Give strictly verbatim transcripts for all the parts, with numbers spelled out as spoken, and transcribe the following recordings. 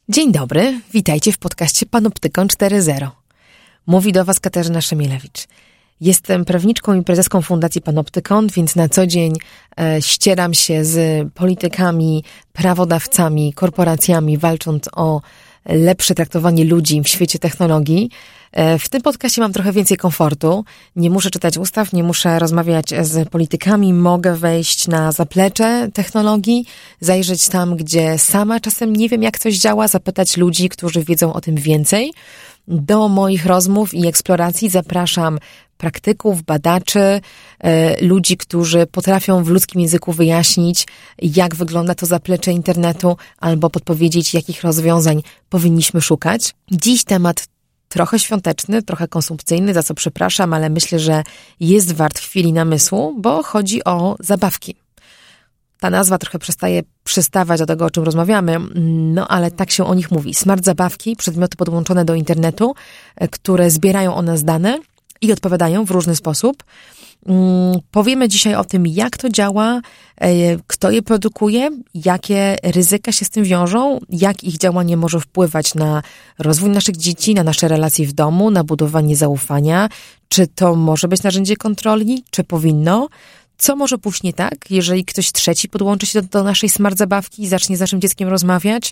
Dzień dobry, witajcie w podcaście Panoptykon cztery zero. Mówi do Was Katarzyna Szymielewicz. Jestem prawniczką i prezeską Fundacji Panoptykon, więc na co dzień e, ścieram się z politykami, prawodawcami, korporacjami, walcząc o lepsze traktowanie ludzi w świecie technologii. E, w tym podcaście mam trochę więcej komfortu. Nie muszę czytać ustaw, nie muszę rozmawiać z politykami. Mogę wejść na zaplecze technologii, zajrzeć tam, gdzie sama czasem nie wiem, jak coś działa, zapytać ludzi, którzy wiedzą o tym więcej. Do moich rozmów i eksploracji zapraszam praktyków, badaczy, ludzi, którzy potrafią w ludzkim języku wyjaśnić, jak wygląda to zaplecze internetu, albo podpowiedzieć, jakich rozwiązań powinniśmy szukać. Dziś temat trochę świąteczny, trochę konsumpcyjny, za co przepraszam, ale myślę, że jest wart chwili namysłu, bo chodzi o zabawki. Ta nazwa trochę przestaje przystawać do tego, o czym rozmawiamy, no ale tak się o nich mówi. Smart zabawki, przedmioty podłączone do internetu, które zbierają o nas dane i odpowiadają w różny sposób. Powiemy dzisiaj o tym, jak to działa, kto je produkuje, jakie ryzyka się z tym wiążą, jak ich działanie może wpływać na rozwój naszych dzieci, na nasze relacje w domu, na budowanie zaufania. Czy to może być narzędzie kontroli, czy powinno? Co może pójść nie tak, jeżeli ktoś trzeci podłączy się do, do naszej smart zabawki i zacznie z naszym dzieckiem rozmawiać?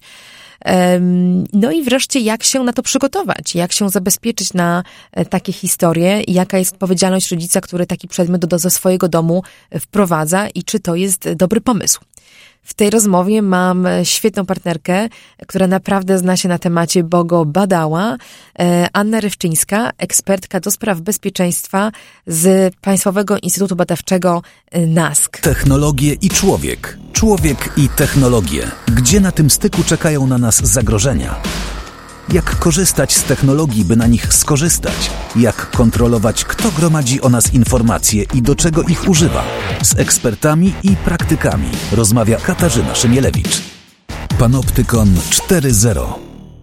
No i wreszcie, jak się na to przygotować? Jak się zabezpieczyć na takie historie? Jaka jest odpowiedzialność rodzica, który taki przedmiot do, do swojego domu wprowadza i czy to jest dobry pomysł? W tej rozmowie mam świetną partnerkę, która naprawdę zna się na temacie, bo go badała. Anna Rywczyńska, ekspertka do spraw bezpieczeństwa z Państwowego Instytutu Badawczego NASK. Technologie i człowiek. Człowiek i technologie. Gdzie na tym styku czekają na nas zagrożenia? Jak korzystać z technologii, by na nich skorzystać? Jak kontrolować, kto gromadzi o nas informacje i do czego ich używa? Z ekspertami i praktykami rozmawia Katarzyna Szymielewicz. Panoptykon cztery zero.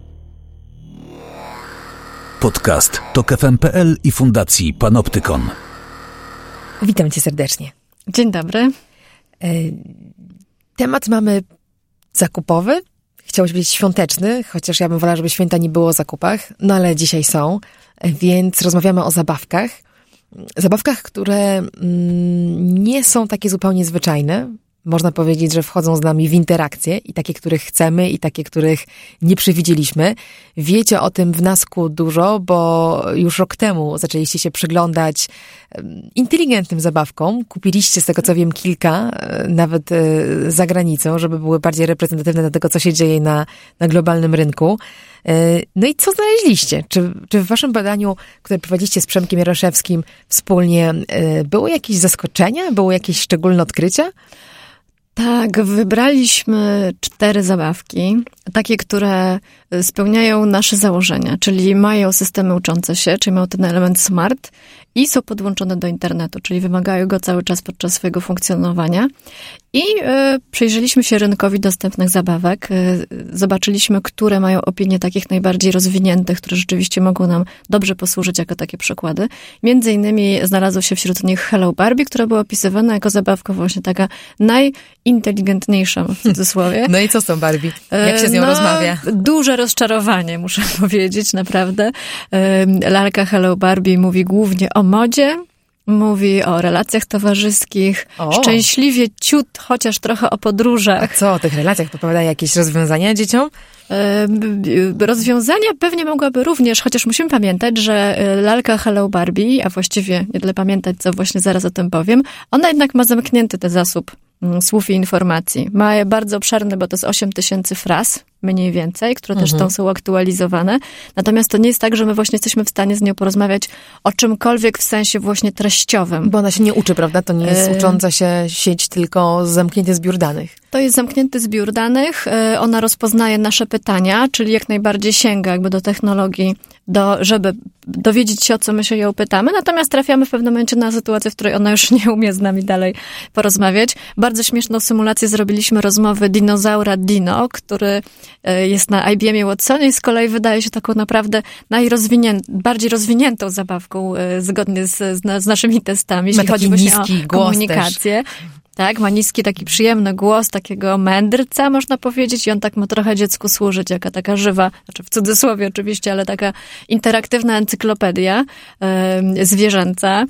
Podcast Tok F M kropka p l i Fundacji Panoptykon. Witam Cię serdecznie. Dzień dobry. Temat mamy zakupowy. Chciałbyś być świąteczny, chociaż ja bym wolała, żeby święta nie było o zakupach, no ale dzisiaj są, więc rozmawiamy o zabawkach. Zabawkach, które mm, nie są takie zupełnie zwyczajne. Można powiedzieć, że wchodzą z nami w interakcje i takie, których chcemy i takie, których nie przewidzieliśmy. Wiecie o tym w NASK-u dużo, bo już rok temu zaczęliście się przyglądać inteligentnym zabawkom. Kupiliście z tego, co wiem, kilka, nawet za granicą, żeby były bardziej reprezentatywne dla tego, co się dzieje na, na globalnym rynku. No i co znaleźliście? Czy, czy w waszym badaniu, które prowadziliście z Przemkiem Jaroszewskim wspólnie, były jakieś zaskoczenia? Były jakieś szczególne odkrycia? Tak, wybraliśmy cztery zabawki, takie, które spełniają nasze założenia, czyli mają systemy uczące się, czyli mają ten element smart i są podłączone do internetu, czyli wymagają go cały czas podczas swojego funkcjonowania. I y, przyjrzeliśmy się rynkowi dostępnych zabawek, y, zobaczyliśmy, które mają opinie takich najbardziej rozwiniętych, które rzeczywiście mogą nam dobrze posłużyć jako takie przykłady. Między innymi znalazło się wśród nich Hello Barbie, która była opisywana jako zabawka właśnie taka najinteligentniejsza, w cudzysłowie. No i co z tą Barbie? Jak się z nią no, rozmawia? Duże rozczarowanie, muszę powiedzieć, naprawdę. Lalka Hello Barbie mówi głównie o modzie, mówi o relacjach towarzyskich, o. szczęśliwie ciut, chociaż trochę o podróżach. A co o tych relacjach? Podpowiada jakieś rozwiązania dzieciom? Rozwiązania pewnie mogłaby również, chociaż musimy pamiętać, że lalka Hello Barbie, a właściwie nie tyle pamiętać, co właśnie zaraz o tym powiem, ona jednak ma zamknięty ten zasób słów i informacji. Ma je bardzo obszerny, bo to jest osiem tysięcy fraz, mniej więcej, które mhm. też tam są aktualizowane. Natomiast to nie jest tak, że my właśnie jesteśmy w stanie z nią porozmawiać o czymkolwiek w sensie właśnie treściowym. Bo ona się nie uczy, prawda? To nie jest ucząca się sieć, tylko zamknięty zbiór danych. To jest zamknięty zbiór danych. Ona rozpoznaje nasze pytania, czyli jak najbardziej sięga jakby do technologii, do, żeby dowiedzieć się, o co my się ją pytamy. Natomiast trafiamy w pewnym momencie na sytuację, w której ona już nie umie z nami dalej porozmawiać. Bardzo śmieszną symulację zrobiliśmy rozmowy dinozaura Dino, który jest na I B M-ie Watsonie i z kolei wydaje się taką naprawdę najrozwiniętą, bardziej rozwiniętą zabawką zgodnie z, z naszymi testami, jeśli chodzi właśnie o komunikację. Też. Tak, ma niski, taki przyjemny głos, takiego mędrca, można powiedzieć, i on tak ma trochę dziecku służyć, jaka taka żywa, znaczy w cudzysłowie oczywiście, ale taka interaktywna encyklopedia e, zwierzęca.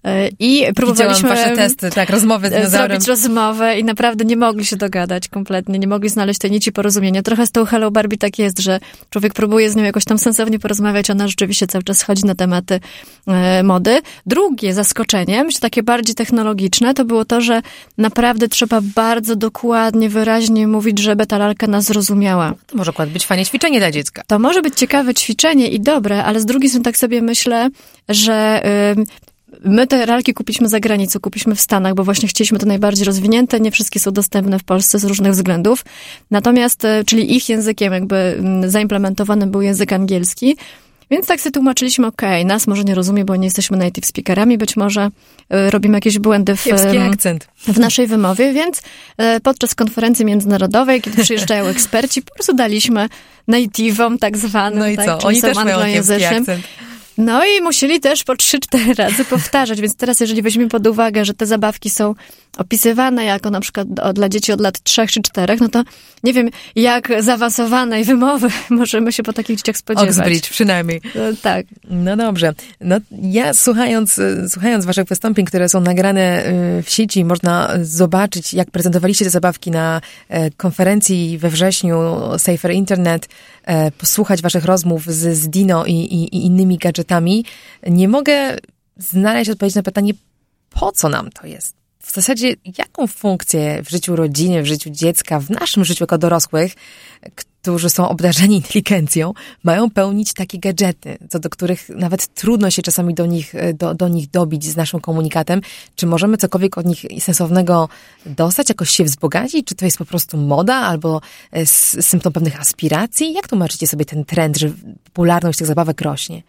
I próbowaliśmy wasze testy, tak, rozmowy z dinozaurem. Zrobić rozmowę i naprawdę nie mogli się dogadać kompletnie, nie mogli znaleźć tej nici porozumienia. Trochę z tą Hello Barbie tak jest, że człowiek próbuje z nią jakoś tam sensownie porozmawiać, ona rzeczywiście cały czas chodzi na tematy e, mody. Drugie zaskoczenie, myślę takie bardziej technologiczne, to było to, że naprawdę trzeba bardzo dokładnie, wyraźnie mówić, żeby ta lalka nas zrozumiała. To może akurat być fajne ćwiczenie dla dziecka. To może być ciekawe ćwiczenie i dobre, ale z drugiej strony tak sobie myślę, że y, my te lalki kupiliśmy za granicą, kupiliśmy w Stanach, bo właśnie chcieliśmy to najbardziej rozwinięte, nie wszystkie są dostępne w Polsce z różnych względów. Natomiast, czyli ich językiem jakby zaimplementowany był język angielski, więc tak sobie tłumaczyliśmy, okej, okay, nas może nie rozumie, bo nie jesteśmy native speakerami, być może robimy jakieś błędy w, akcent. w naszej wymowie, więc podczas konferencji międzynarodowej, kiedy przyjeżdżają eksperci, po prostu daliśmy native'om tak zwanym. No i tak, co? Oni też mają kiepski akcent. No i musieli też po trzy, cztery razy powtarzać, więc teraz jeżeli weźmiemy pod uwagę, że te zabawki są opisywane jako na przykład dla dzieci od lat trzech czy czterech, no to nie wiem, jak zaawansowanej wymowy możemy się po takich dzieciach spodziewać. Oxbridge przynajmniej. No, tak. No dobrze. No ja słuchając, słuchając waszych wystąpień, które są nagrane w sieci, można zobaczyć, jak prezentowaliście te zabawki na konferencji we wrześniu Safer Internet, posłuchać waszych rozmów z, z Dino i, i, i innymi gadżetami. Nie mogę znaleźć odpowiedzi na pytanie, po co nam to jest? W zasadzie, jaką funkcję w życiu rodziny, w życiu dziecka, w naszym życiu jako dorosłych, którzy są obdarzeni inteligencją, mają pełnić takie gadżety, co do których nawet trudno się czasami do nich, do, do nich dobić z naszym komunikatem. Czy możemy cokolwiek od nich sensownego dostać, jakoś się wzbogacić? Czy to jest po prostu moda albo symptom pewnych aspiracji? Jak tłumaczycie sobie ten trend, że popularność tych zabawek rośnie?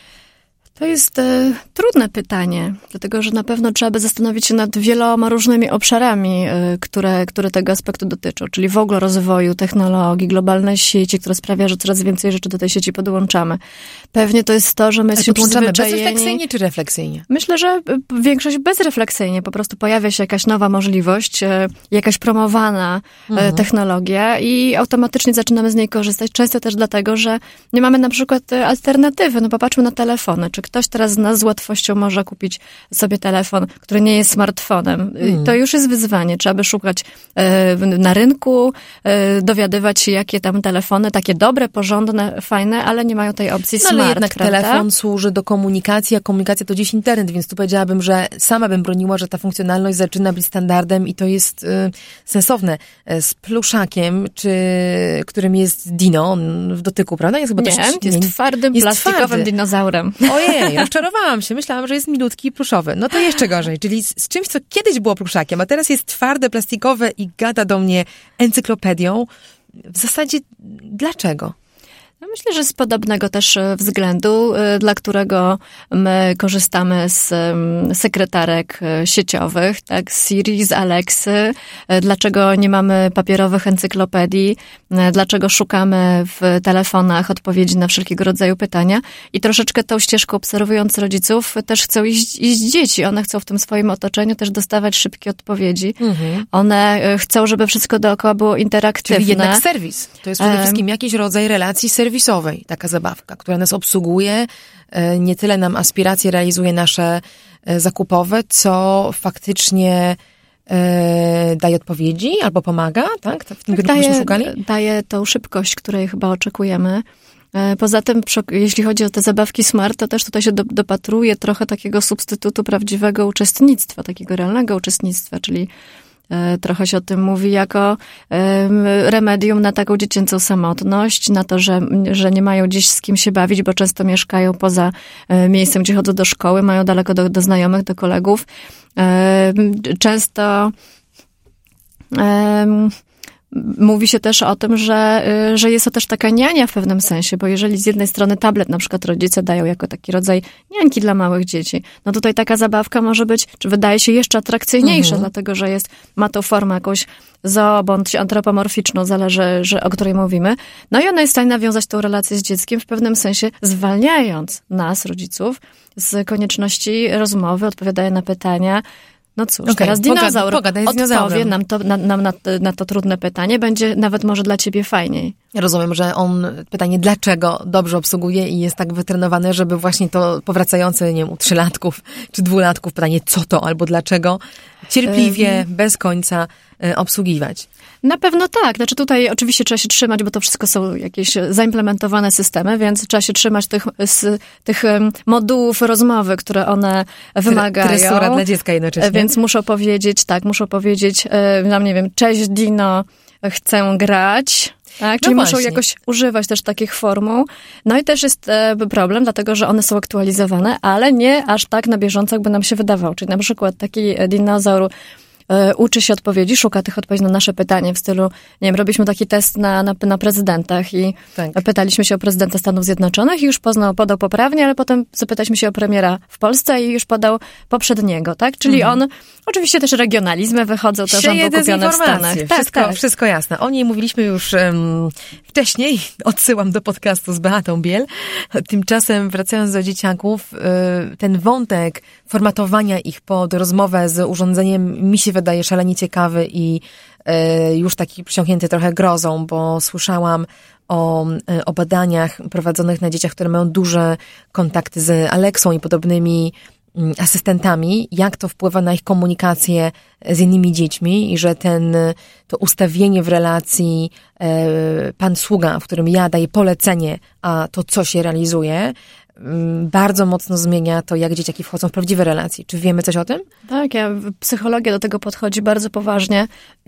To jest e, trudne pytanie, dlatego że na pewno trzeba by zastanowić się nad wieloma różnymi obszarami, e, które, które tego aspektu dotyczą, czyli w ogóle rozwoju technologii, globalnej sieci, która sprawia, że coraz więcej rzeczy do tej sieci podłączamy. Pewnie to jest to, że my jesteśmy przyzwyczajeni... bezrefleksyjnie czy refleksyjnie? Myślę, że większość bezrefleksyjnie. Po prostu pojawia się jakaś nowa możliwość, e, jakaś promowana e, mhm. technologia i automatycznie zaczynamy z niej korzystać. Często też dlatego, że nie mamy na przykład alternatywy. No popatrzmy na telefony. Czy ktoś teraz z nas z łatwością może kupić sobie telefon, który nie jest smartfonem. Hmm. To już jest wyzwanie. Trzeba by szukać e, na rynku, e, dowiadywać się, jakie tam telefony, takie dobre, porządne, fajne, ale nie mają tej opcji no, smart, ale jednak prawda? telefon służy do komunikacji, a komunikacja to dziś internet, więc tu powiedziałabym, że sama bym broniła, że ta funkcjonalność zaczyna być standardem i to jest y, sensowne. Z pluszakiem, czy którym jest Dino w dotyku, prawda? Jest chyba nie, dość, jest nie, twardym, jest plastikowym twardy. dinozaurem. Ojej, rozczarowałam się. Myślałam, że jest milutki i pluszowy. No to jeszcze gorzej. Czyli z, z czymś, co kiedyś było pluszakiem, a teraz jest twarde, plastikowe i gada do mnie encyklopedią. W zasadzie dlaczego? No myślę, że z podobnego też względu, dla którego my korzystamy z sekretarek sieciowych, tak, z Siri, z Alexy, dlaczego nie mamy papierowych encyklopedii, dlaczego szukamy w telefonach odpowiedzi na wszelkiego rodzaju pytania i troszeczkę tą ścieżką obserwując rodziców też chcą iść, iść dzieci. One chcą w tym swoim otoczeniu też dostawać szybkie odpowiedzi. Mhm. One chcą, żeby wszystko dookoła było interaktywne. Czyli jednak serwis. To jest przede wszystkim jakiś rodzaj relacji serwisowej. Taka zabawka, która nas obsługuje, nie tyle nam aspiracje realizuje nasze zakupowe, co faktycznie daje odpowiedzi albo pomaga, tak? W tym kierunku byśmy szukali? Daje tą szybkość, której chyba oczekujemy. Poza tym, jeśli chodzi o te zabawki smart, to też tutaj się do, dopatruje trochę takiego substytutu prawdziwego uczestnictwa, takiego realnego uczestnictwa, czyli trochę się o tym mówi jako remedium na taką dziecięcą samotność, na to, że, że nie mają gdzieś z kim się bawić, bo często mieszkają poza miejscem, gdzie chodzą do szkoły, mają daleko do, do znajomych, do kolegów. Często mówi się też o tym, że, że jest to też taka niania w pewnym sensie, bo jeżeli z jednej strony tablet na przykład rodzice dają jako taki rodzaj niańki dla małych dzieci, no tutaj taka zabawka może być, czy wydaje się jeszcze atrakcyjniejsza, mhm. dlatego że jest, ma tą formę jakąś zoo, bądź antropomorficzną, zależy, że, o której mówimy. No i ona jest w stanie nawiązać tą relację z dzieckiem, w pewnym sensie zwalniając nas, rodziców, z konieczności rozmowy, odpowiadania na pytania, No cóż, okay, teraz dinozaur pogadaj z odpowie dinozaurem. nam to, na, na, na, na to trudne pytanie, będzie nawet może dla ciebie fajniej. Ja rozumiem, że on pytanie dlaczego dobrze obsługuje i jest tak wytrenowany, żeby właśnie to powracające, nie wiem, u trzylatków czy dwulatków pytanie co to albo dlaczego cierpliwie, y- bez końca y, obsługiwać. Na pewno tak. Znaczy tutaj oczywiście trzeba się trzymać, bo to wszystko są jakieś zaimplementowane systemy, więc trzeba się trzymać tych, z, tych modułów rozmowy, które one wymagają. Tresura dla dziecka jednocześnie. Więc muszą powiedzieć, tak, muszą powiedzieć, nam nie wiem, cześć Dino, chcę grać. Tak? Czyli no muszą jakoś używać też takich formuł. No i też jest e, problem, dlatego że one są aktualizowane, ale nie aż tak na bieżąco, jakby nam się wydawało. Czyli na przykład taki dinozaur e, uczy się odpowiedzi, szuka tych odpowiedzi na nasze pytanie w stylu, nie wiem, robiliśmy taki test na, na, na prezydentach i tak. pytaliśmy się o prezydenta Stanów Zjednoczonych i już poznał, podał poprawnie, ale potem zapytaliśmy się o premiera w Polsce i już podał poprzedniego, tak? Czyli mhm. on, oczywiście też regionalizmy wychodzą, to rząd kupione w Stanach. Tak, wszystko, tak. wszystko jasne. O niej mówiliśmy już um, wcześniej, odsyłam do podcastu z Beatą Biel. Tymczasem wracając do dzieciaków, y, ten wątek formatowania ich pod rozmowę z urządzeniem mi się wydaje szalenie ciekawy i y, już taki przysiągnięty trochę grozą, bo słyszałam o, o badaniach prowadzonych na dzieciach, które mają duże kontakty z Alexą i podobnymi asystentami, jak to wpływa na ich komunikację z innymi dziećmi i że ten, to ustawienie w relacji e, pan-sługa, w którym ja daję polecenie, a to co się realizuje, m, bardzo mocno zmienia to, jak dzieciaki wchodzą w prawdziwe relacje. Czy wiemy coś o tym? Tak, ja, psychologia do tego podchodzi bardzo poważnie.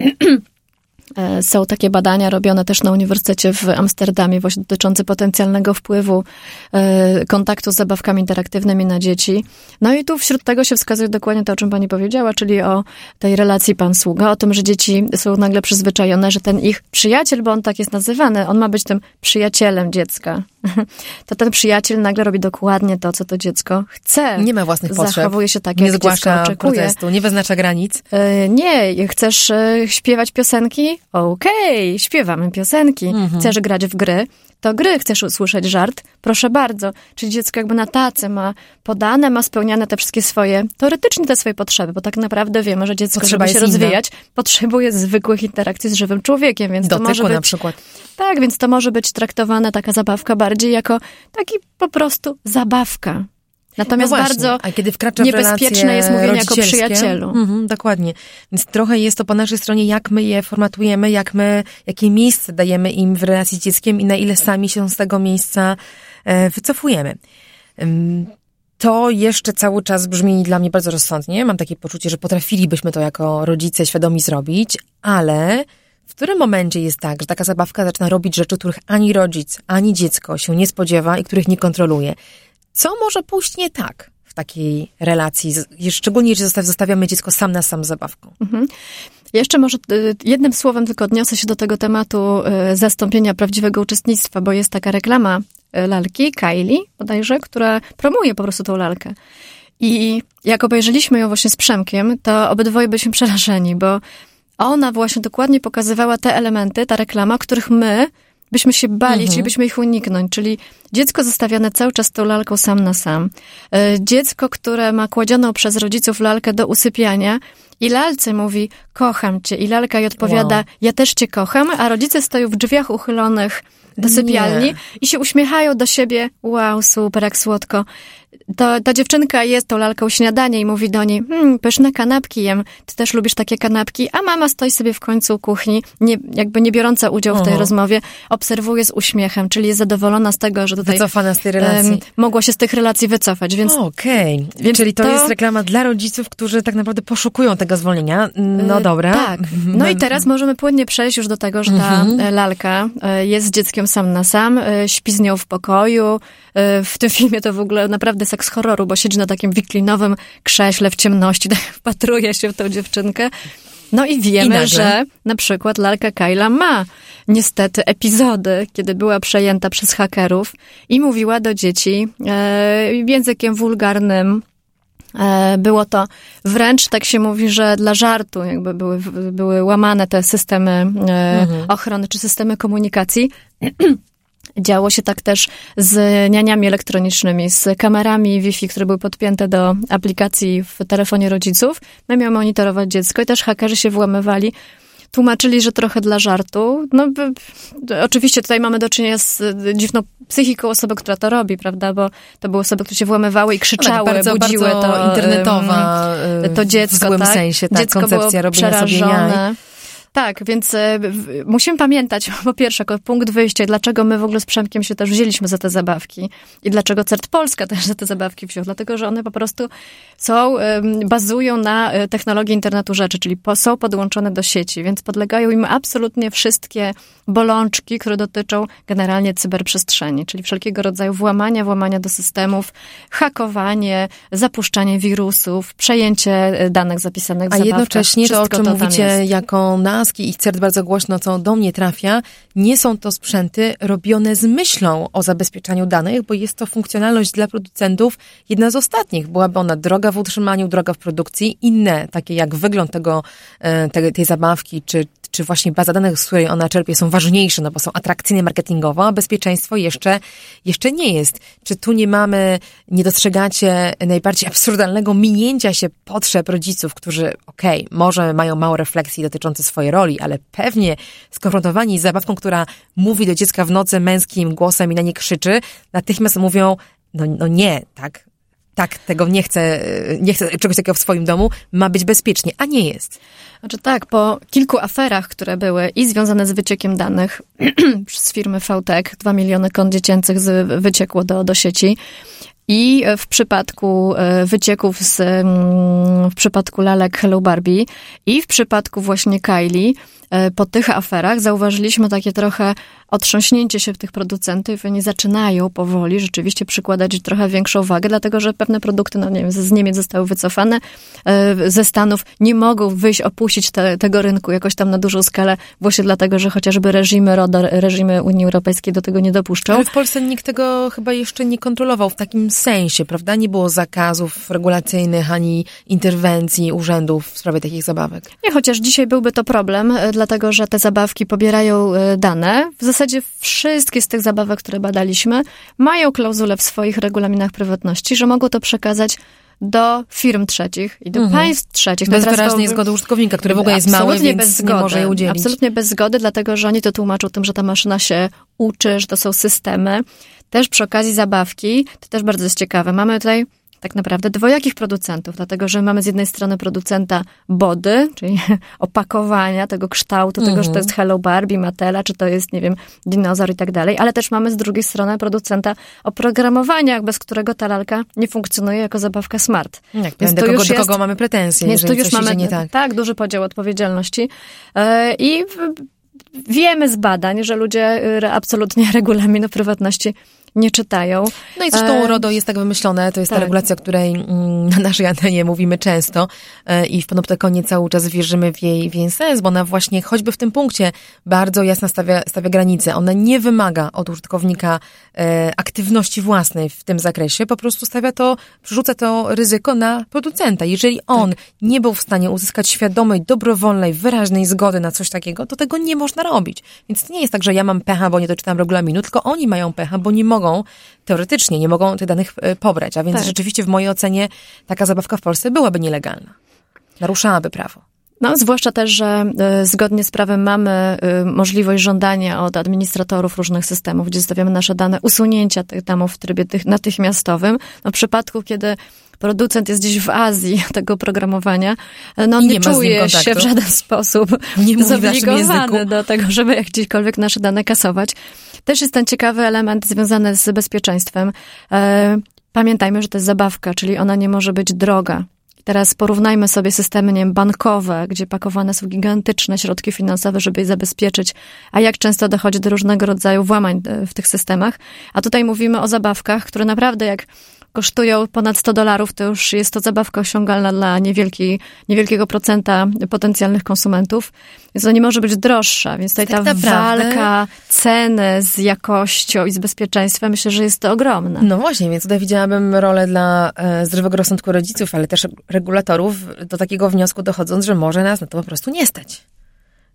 Są takie badania robione też na Uniwersytecie w Amsterdamie właśnie dotyczące potencjalnego wpływu kontaktu z zabawkami interaktywnymi na dzieci. No i tu wśród tego się wskazuje dokładnie to, o czym pani powiedziała, czyli o tej relacji pan-sługa, o tym, że dzieci są nagle przyzwyczajone, że ten ich przyjaciel, bo on tak jest nazywany, on ma być tym przyjacielem dziecka. To ten przyjaciel nagle robi dokładnie to, co to dziecko chce. Nie ma własnych potrzeb. Zachowuje się tak, nie jak dziecko oczekuje. Protestu, nie wyznacza granic. Nie, chcesz śpiewać piosenki? Okej, okay, śpiewamy piosenki. Mhm. Chcesz grać w gry? To gry. Chcesz usłyszeć żart? Proszę bardzo. Czyli dziecko jakby na tacy ma podane, ma spełniane te wszystkie swoje, teoretycznie te swoje potrzeby, bo tak naprawdę wiemy, że dziecko, Potrzeba żeby się rozwijać, inna. potrzebuje zwykłych interakcji z żywym człowiekiem, więc Dotyku to może być... na przykład. Tak, więc to może być traktowana taka zabawka bardziej jako taki po prostu zabawka. Natomiast no bardzo a kiedy wkracza niebezpieczne jest mówienie jako przyjacielu. Mhm, dokładnie. Więc trochę jest to po naszej stronie, jak my je formatujemy, jak my, jakie miejsce dajemy im w relacji z dzieckiem i na ile sami się z tego miejsca e, wycofujemy. Um, to jeszcze cały czas brzmi dla mnie bardzo rozsądnie. Mam takie poczucie, że potrafilibyśmy to jako rodzice świadomi zrobić, ale w którym momencie jest tak, że taka zabawka zaczyna robić rzeczy, których ani rodzic, ani dziecko się nie spodziewa i których nie kontroluje. Co może pójść nie tak w takiej relacji, szczególnie jeżeli zostawiamy dziecko sam na sam z zabawką? Mhm. Jeszcze może jednym słowem tylko odniosę się do tego tematu zastąpienia prawdziwego uczestnictwa, bo jest taka reklama lalki, Kylie bodajże, która promuje po prostu tą lalkę. I jak obejrzeliśmy ją właśnie z Przemkiem, to obydwoje byliśmy przerażeni, bo ona właśnie dokładnie pokazywała te elementy, ta reklama, których my byśmy się bali, mhm. chcielibyśmy ich uniknąć, czyli dziecko zostawione cały czas z tą lalką sam na sam. Dziecko, które ma kładzioną przez rodziców lalkę do usypiania i lalce mówi, kocham cię. I lalka jej odpowiada, wow. ja też cię kocham, a rodzice stoją w drzwiach uchylonych do sypialni Nie. i się uśmiechają do siebie. Wow, super, jak słodko. To, ta dziewczynka jest tą lalką śniadanie i mówi do niej, hmm, pyszne kanapki jem, ty też lubisz takie kanapki, a mama stoi sobie w końcu kuchni, nie, jakby nie biorąca udziału w tej uh-huh. rozmowie, obserwuje z uśmiechem, czyli jest zadowolona z tego, że tutaj wycofana z tej relacji. Um, mogła się z tych relacji wycofać, więc... Okej, okay. czyli to, to jest reklama dla rodziców, którzy tak naprawdę poszukują tego zwolnienia. No dobra. Tak. No i teraz możemy płynnie przejść już do tego, że ta uh-huh. lalka jest z dzieckiem sam na sam, śpi z nią w pokoju. W tym filmie to w ogóle naprawdę seks horroru, bo siedzi na takim wiklinowym krześle w ciemności, tak wpatruje się w tą dziewczynkę. No i wiemy, I że na przykład lalka Kyla ma niestety epizody, kiedy była przejęta przez hakerów i mówiła do dzieci e, językiem wulgarnym. E, było to wręcz, tak się mówi, że dla żartu jakby były, były łamane te systemy e, mhm. ochrony czy systemy komunikacji. Działo się tak też z nianiami elektronicznymi, z kamerami Wi-Fi, które były podpięte do aplikacji w telefonie rodziców. My miał monitorować dziecko i też hakerzy się włamywali. Tłumaczyli, że trochę dla żartu. No, by, oczywiście tutaj mamy do czynienia z dziwną psychiką osoby, która to robi, prawda? Bo to były osoby, które się włamywały i krzyczały, tak, bardzo, budziły bardzo to internetowa, to dziecko, w złym tak? sensie, tak, dziecko koncepcja było robienia sobie jaj. Tak, więc e, w, musimy pamiętać, po pierwsze, jako punkt wyjścia, dlaczego my w ogóle z Przemkiem się też wzięliśmy za te zabawki i dlaczego CERT Polska też za te zabawki wziął, dlatego, że one po prostu są, e, bazują na e, technologii internetu rzeczy, czyli po, są podłączone do sieci, więc podlegają im absolutnie wszystkie bolączki, które dotyczą generalnie cyberprzestrzeni, czyli wszelkiego rodzaju włamania, włamania do systemów, hakowanie, zapuszczanie wirusów, przejęcie danych zapisanych w A zabawkach. jednocześnie to, o czym to mówicie jest. jako NASki i CERT bardzo głośno, co do mnie trafia, nie są to sprzęty robione z myślą o zabezpieczaniu danych, bo jest to funkcjonalność dla producentów jedna z ostatnich. Byłaby ona droga w utrzymaniu, droga w produkcji. Inne, takie jak wygląd tego, tej, tej zabawki, czy czy właśnie baza danych, z której ona czerpie, są ważniejsze, no bo są atrakcyjne marketingowo, a bezpieczeństwo jeszcze, jeszcze nie jest. Czy tu nie mamy, nie dostrzegacie najbardziej absurdalnego minięcia się potrzeb rodziców, którzy, okej, okay, może mają mało refleksji dotyczące swojej roli, ale pewnie skonfrontowani z zabawką, która mówi do dziecka w nocy męskim głosem i na nie krzyczy, natychmiast mówią, no, no nie, tak, tak, tego nie chcę, nie chcę czegoś takiego w swoim domu, ma być bezpiecznie, a nie jest. Znaczy tak, po kilku aferach, które były i związane z wyciekiem danych z firmy V T E C, dwa miliony kont dziecięcych z, wyciekło do, do sieci, i w przypadku wycieków z, w przypadku lalek Hello Barbie i w przypadku właśnie Kylie, po tych aferach zauważyliśmy takie trochę otrząśnięcie się w tych producentów i oni zaczynają powoli rzeczywiście przykładać trochę większą wagę, dlatego że pewne produkty, no nie wiem, z Niemiec zostały wycofane, ze Stanów nie mogą wyjść, opuścić te, tego rynku jakoś tam na dużą skalę, właśnie dlatego, że chociażby reżimy RODO, reżimy Unii Europejskiej do tego nie dopuszczą. Ale w Polsce nikt tego chyba jeszcze nie kontrolował w takim sensie, prawda? Nie było zakazów regulacyjnych ani interwencji urzędów w sprawie takich zabawek. Nie, chociaż dzisiaj byłby to problem, dlatego że te zabawki pobierają dane. W zasadzie wszystkie z tych zabawek, które badaliśmy, mają klauzulę w swoich regulaminach prywatności, że mogą to przekazać do firm trzecich i do mhm. państw trzecich. Bez wyraźnej zgody użytkownika, który w ogóle jest mały, więc bez zgody, nie może jej udzielić. Absolutnie bez zgody, dlatego że oni to tłumaczą tym, że ta maszyna się uczy, że to są systemy. Też przy okazji zabawki, to też bardzo jest ciekawe. Mamy tutaj tak naprawdę dwojakich producentów, dlatego że mamy z jednej strony producenta body, czyli opakowania, tego kształtu, mm-hmm. tego, że to jest Hello Barbie, Mattela, czy to jest, nie wiem, dinozaur i tak dalej, ale też mamy z drugiej strony producenta oprogramowania, bez którego ta lalka nie funkcjonuje jako zabawka smart. Jak więc do, kogo, do kogo jest, mamy pretensje, więc jeżeli tu już coś mamy idzie nie tak. Tak, duży podział odpowiedzialności yy, i wiemy z badań, że ludzie absolutnie regulaminu prywatności nie czytają. No i zresztą RODO jest tak wymyślone, to jest tak. ta regulacja, o której na naszej antenie mówimy często i w Panoptykonie cały czas wierzymy w jej, w jej sens, bo ona właśnie choćby w tym punkcie bardzo jasno stawia, stawia granice. Ona nie wymaga od użytkownika e, aktywności własnej w tym zakresie, po prostu stawia to, przerzuca to ryzyko na producenta. Jeżeli on tak. nie był w stanie uzyskać świadomej, dobrowolnej, wyraźnej zgody na coś takiego, to tego nie można robić. Więc to nie jest tak, że ja mam pecha, bo nie doczytam regulaminu, tylko oni mają pecha, bo nie mogą teoretycznie nie mogą tych danych pobrać, a więc tak. rzeczywiście w mojej ocenie taka zabawka w Polsce byłaby nielegalna. Naruszałaby prawo. No, zwłaszcza też, że y, zgodnie z prawem mamy y, możliwość żądania od administratorów różnych systemów, gdzie zostawiamy nasze dane, usunięcia tych danych w trybie tych natychmiastowym. No, w przypadku, kiedy producent jest gdzieś w Azji tego oprogramowania, no on nie, nie czuje się w żaden sposób zobligowany do tego, żeby jak gdziekolwiek nasze dane kasować. Też jest ten ciekawy element związany z bezpieczeństwem. E, pamiętajmy, że to jest zabawka, czyli ona nie może być droga. Teraz porównajmy sobie systemy, nie wiem, bankowe, gdzie pakowane są gigantyczne środki finansowe, żeby je zabezpieczyć, a jak często dochodzi do różnego rodzaju włamań w tych systemach. A tutaj mówimy o zabawkach, które naprawdę jak kosztują ponad sto dolarów, to już jest to zabawka osiągalna dla niewielkiej, niewielkiego procenta potencjalnych konsumentów. Więc to nie może być droższa, więc tutaj tak ta naprawdę walka ceny z jakością i z bezpieczeństwem, myślę, że jest to ogromne. No właśnie, więc tutaj widziałabym rolę dla e, zdrowego rozsądku rodziców, ale też regulatorów do takiego wniosku dochodząc, że może nas na to po prostu nie stać.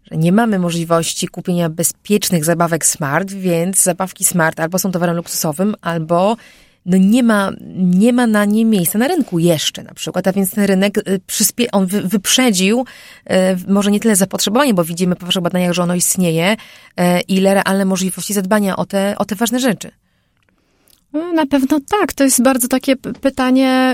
że nie mamy możliwości kupienia bezpiecznych zabawek smart, więc zabawki smart albo są towarem luksusowym, albo no nie ma, nie ma na nie miejsca na rynku jeszcze na przykład, a więc ten rynek przyspie- on wy- wyprzedził e, może nie tyle zapotrzebowanie, bo widzimy po waszych badaniach, że ono istnieje, e, ile realne możliwości zadbania o te, o te ważne rzeczy. Na pewno tak. To jest bardzo takie p- pytanie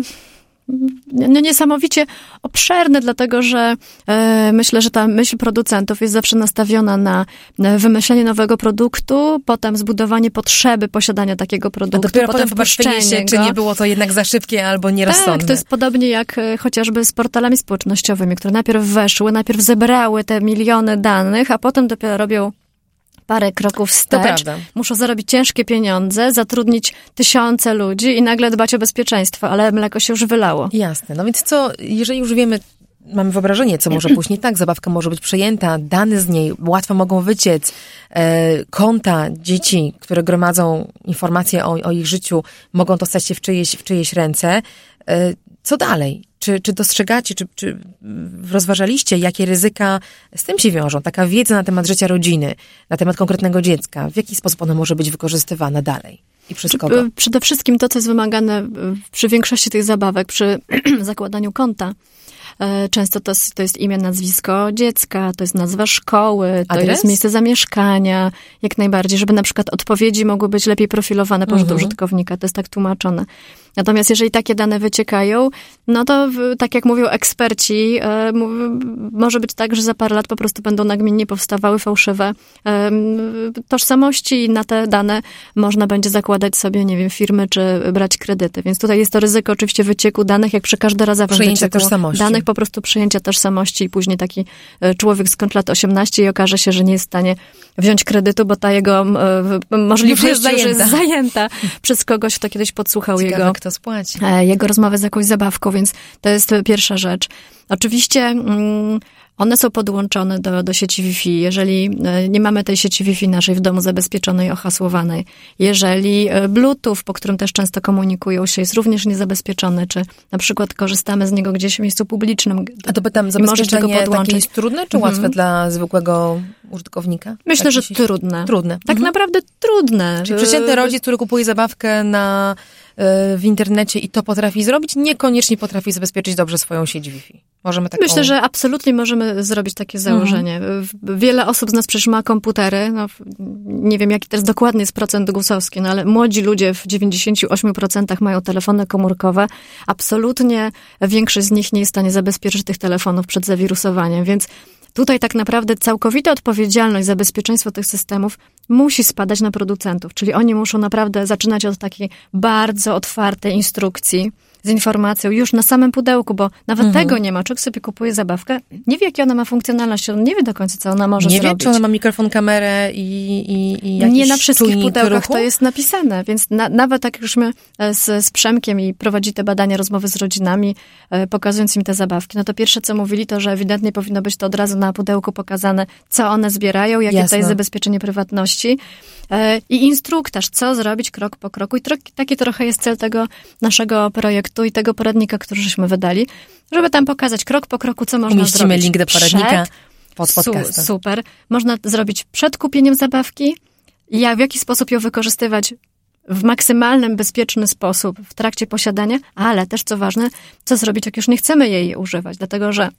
yy, no niesamowicie obszerne, dlatego że yy, myślę, że ta myśl producentów jest zawsze nastawiona na wymyślenie nowego produktu, potem zbudowanie potrzeby posiadania takiego produktu, a dopiero potem potem się, czy nie było to jednak za szybkie albo nierozsądne. Tak, to jest podobnie jak y, chociażby z portalami społecznościowymi, które najpierw weszły, najpierw zebrały te miliony danych, a potem dopiero robią parę kroków wstecz, muszą zarobić ciężkie pieniądze, zatrudnić tysiące ludzi i nagle dbać o bezpieczeństwo, ale mleko się już wylało. Jasne. No więc co, jeżeli już wiemy, mamy wyobrażenie, co może później tak, zabawka może być przejęta, dane z niej łatwo mogą wyciec, e, konta dzieci, które gromadzą informacje o, o ich życiu, mogą dostać się w czyjeś, w czyjeś ręce. E, co dalej? Czy, czy dostrzegacie, czy, czy rozważaliście, jakie ryzyka z tym się wiążą? Taka wiedza na temat życia rodziny, na temat konkretnego dziecka, w jaki sposób ona może być wykorzystywana dalej? I przez kogo? Przede wszystkim to, co jest wymagane przy większości tych zabawek, przy zakładaniu konta. Często to, to jest imię, nazwisko dziecka, to jest nazwa szkoły, to Adres? jest miejsce zamieszkania, jak najbardziej, żeby na przykład odpowiedzi mogły być lepiej profilowane pod mhm. użytkownika, to jest tak tłumaczone. Natomiast jeżeli takie dane wyciekają, no to tak jak mówią eksperci, e, może być tak, że za parę lat po prostu będą nagminnie powstawały fałszywe e, tożsamości i na te dane można będzie zakładać sobie, nie wiem, firmy czy brać kredyty. Więc tutaj jest to ryzyko oczywiście wycieku danych, jak przy każdorazowym wycieku danych, po prostu przejęcia tożsamości i później taki człowiek skończy lat osiemnaście i okaże się, że nie jest w stanie wziąć kredytu, bo ta jego e, możliwość już jest, już jest zajęta przez kogoś, kto kiedyś podsłuchał Ciekawe, jego kto spłaci. jego rozmowę z jakąś zabawką, więc to jest pierwsza rzecz. Oczywiście mm, one są podłączone do, do sieci Wi-Fi. Jeżeli nie mamy tej sieci Wi-Fi naszej w domu zabezpieczonej, ohasłowanej, jeżeli Bluetooth, po którym też często komunikują się, jest również niezabezpieczony, czy na przykład korzystamy z niego gdzieś w miejscu publicznym. A to pytam, zabezpieczenie takie jest trudne, czy łatwe mhm. dla zwykłego użytkownika? Myślę, tak, że się... trudne. Trudne. Tak mhm. naprawdę trudne. Czyli przeciętny rodzic, który kupuje zabawkę na, w internecie i to potrafi zrobić, niekoniecznie potrafi zabezpieczyć dobrze swoją sieć Wi-Fi. Możemy taką... Myślę, że absolutnie możemy zrobić takie założenie. Mhm. Wiele osób z nas przecież ma komputery. No, nie wiem, jaki teraz dokładnie jest procent gusowski, no ale młodzi ludzie w dziewięćdziesiąt osiem procent mają telefony komórkowe. Absolutnie większość z nich nie jest w stanie zabezpieczyć tych telefonów przed zawirusowaniem, więc tutaj tak naprawdę całkowita odpowiedzialność za bezpieczeństwo tych systemów musi spadać na producentów, czyli oni muszą naprawdę zaczynać od takiej bardzo otwartej instrukcji z informacją już na samym pudełku, bo nawet mhm. tego nie ma. Człowiek sobie kupuje zabawkę, nie wie, jakie ona ma funkcjonalności, on nie wie do końca, co ona może nie zrobić. Nie wie, czy ona ma mikrofon, kamerę i, i, i jakiś Nie na wszystkich pudełkach ruchu? To jest napisane, więc na, nawet jak już my z, z Przemkiem i prowadzi te badania, rozmowy z rodzinami, e, pokazując im te zabawki, no to pierwsze, co mówili, to, że ewidentnie powinno być to od razu na pudełku pokazane, co one zbierają, jakie Jasne. To jest zabezpieczenie prywatności e, i instruktaż, co zrobić krok po kroku. I tro, taki trochę jest cel tego naszego projektu i tego poradnika, który żeśmy wydali, żeby tam pokazać krok po kroku, co można Umieścimy zrobić. link do poradnika przed, pod podcastem. Su, super. Można zrobić przed kupieniem zabawki, jak, w jaki sposób ją wykorzystywać w maksymalnym, bezpieczny sposób w trakcie posiadania, ale też, co ważne, co zrobić, jak już nie chcemy jej używać, dlatego że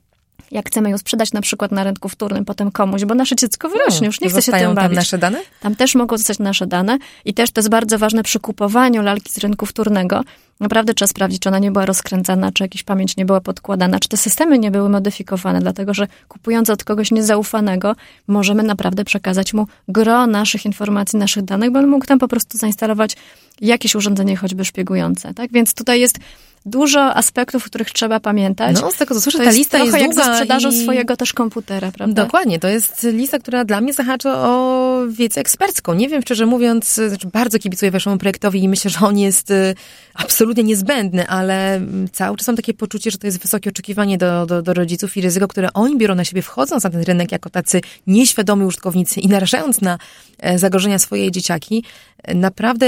jak chcemy ją sprzedać na przykład na rynku wtórnym potem komuś, bo nasze dziecko wyrośnie, już nie chce się tym bawić. Tam nasze dane? Tam też mogą zostać nasze dane i też to jest bardzo ważne przy kupowaniu lalki z rynku wtórnego. Naprawdę trzeba sprawdzić, czy ona nie była rozkręcana, czy jakaś pamięć nie była podkładana, czy te systemy nie były modyfikowane, dlatego że kupując od kogoś niezaufanego, możemy naprawdę przekazać mu gro naszych informacji, naszych danych, bo on mógł tam po prostu zainstalować jakieś urządzenie choćby szpiegujące. Tak? Więc tutaj jest dużo aspektów, o których trzeba pamiętać. No, z tego co słyszę, to ta lista jest, jest długa. Jak ze sprzedażą i... swojego też komputera, prawda? Dokładnie, to jest lista, która dla mnie zahacza o wiedzę ekspercką. Nie wiem, szczerze mówiąc, znaczy bardzo kibicuję waszemu projektowi i myślę, że on jest absolutnie niezbędny, ale cały czas mam takie poczucie, że to jest wysokie oczekiwanie do, do, do rodziców i ryzyko, które oni biorą na siebie, wchodząc na ten rynek jako tacy nieświadomi użytkownicy i narażając na zagrożenia swoje dzieciaki. Naprawdę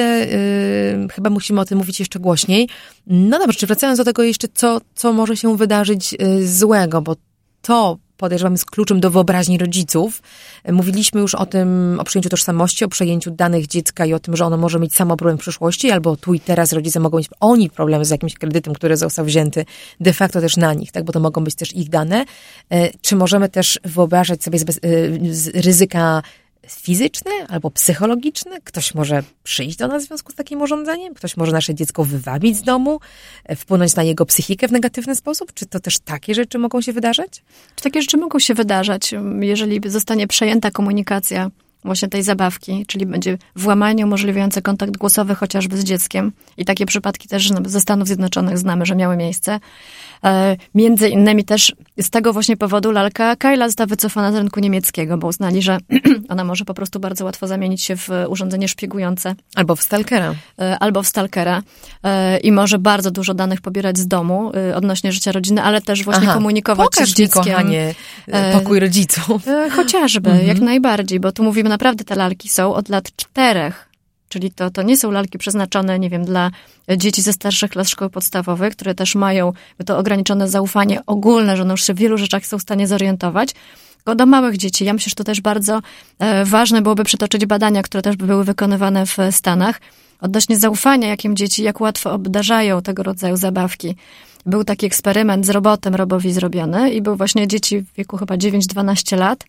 yy, chyba musimy o tym mówić jeszcze głośniej. No dobrze, czy wracając do tego jeszcze, co, co może się wydarzyć yy, złego, bo to podejrzewam jest kluczem do wyobraźni rodziców. Mówiliśmy już o tym, o przyjęciu tożsamości, o przejęciu danych dziecka i o tym, że ono może mieć samo problem w przyszłości, albo tu i teraz rodzice mogą mieć oni problemy z jakimś kredytem, który został wzięty de facto też na nich, tak, bo to mogą być też ich dane. Czy możemy też wyobrażać sobie z, z ryzyka fizyczne albo psychologiczne? Ktoś może przyjść do nas w związku z takim urządzeniem? Ktoś może nasze dziecko wywabić z domu? Wpłynąć na jego psychikę w negatywny sposób? Czy to też takie rzeczy mogą się wydarzyć? Czy takie rzeczy mogą się wydarzać, jeżeli zostanie przejęta komunikacja właśnie tej zabawki, czyli będzie włamanie umożliwiające kontakt głosowy chociażby z dzieckiem. I takie przypadki też ze Stanów Zjednoczonych znamy, że miały miejsce. E, między innymi też z tego właśnie powodu lalka Kyla została wycofana z rynku niemieckiego, bo uznali, że ona może po prostu bardzo łatwo zamienić się w urządzenie szpiegujące. Albo w stalkera. E, albo w stalkera. E, I może bardzo dużo danych pobierać z domu e, odnośnie życia rodziny, ale też właśnie Aha, komunikować pokaż się z dzieckiem. Mi, kochanie, pokój rodziców. E, chociażby, mhm. jak najbardziej, bo tu mówimy naprawdę te lalki są od lat czterech. Czyli to, to nie są lalki przeznaczone, nie wiem, dla dzieci ze starszych klas szkoły podstawowej, które też mają to ograniczone zaufanie ogólne, że one już się w wielu rzeczach są w stanie zorientować. Tylko do małych dzieci. Ja myślę, że to też bardzo e, ważne byłoby przytoczyć badania, które też by były wykonywane w Stanach, odnośnie zaufania, jakim dzieci, jak łatwo obdarzają tego rodzaju zabawki. Był taki eksperyment z robotem Robowi zrobiony i był właśnie dzieci w wieku chyba dziewięć dwanaście lat.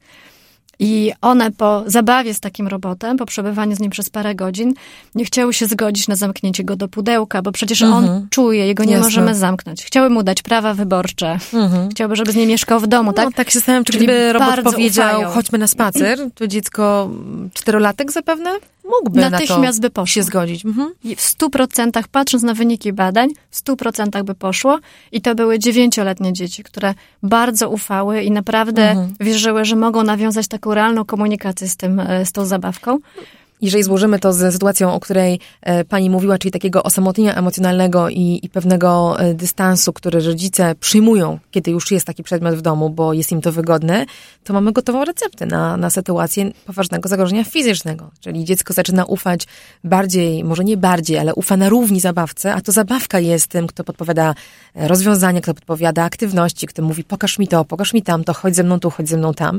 I one po zabawie z takim robotem, po przebywaniu z nim przez parę godzin, nie chciały się zgodzić na zamknięcie go do pudełka, bo przecież mhm. on czuje, jego nie Jasne. możemy zamknąć. Chciały mu dać prawa wyborcze. Mhm. Chciałby, żeby z nim mieszkał w domu, tak? No, tak się zastanawiam, czy Czyli gdyby robot powiedział, ufają. chodźmy na spacer, to dziecko czterolatek zapewne mógłby natychmiast na to by poszło. się zgodzić. Mhm. I w stu procentach, patrząc na wyniki badań, w stu procentach by poszło i to były dziewięcioletnie dzieci, które bardzo ufały i naprawdę mhm. wierzyły, że mogą nawiązać taką realną komunikację z tym, z tą zabawką. Jeżeli złożymy to z sytuacją, o której pani mówiła, czyli takiego osamotnienia emocjonalnego i, i pewnego dystansu, który rodzice przyjmują, kiedy już jest taki przedmiot w domu, bo jest im to wygodne, to mamy gotową receptę na, na sytuację poważnego zagrożenia fizycznego. Czyli dziecko zaczyna ufać bardziej, może nie bardziej, ale ufa na równi zabawce, a to zabawka jest tym, kto podpowiada rozwiązania, kto podpowiada aktywności, kto mówi pokaż mi to, pokaż mi tamto, chodź ze mną tu, chodź ze mną tam.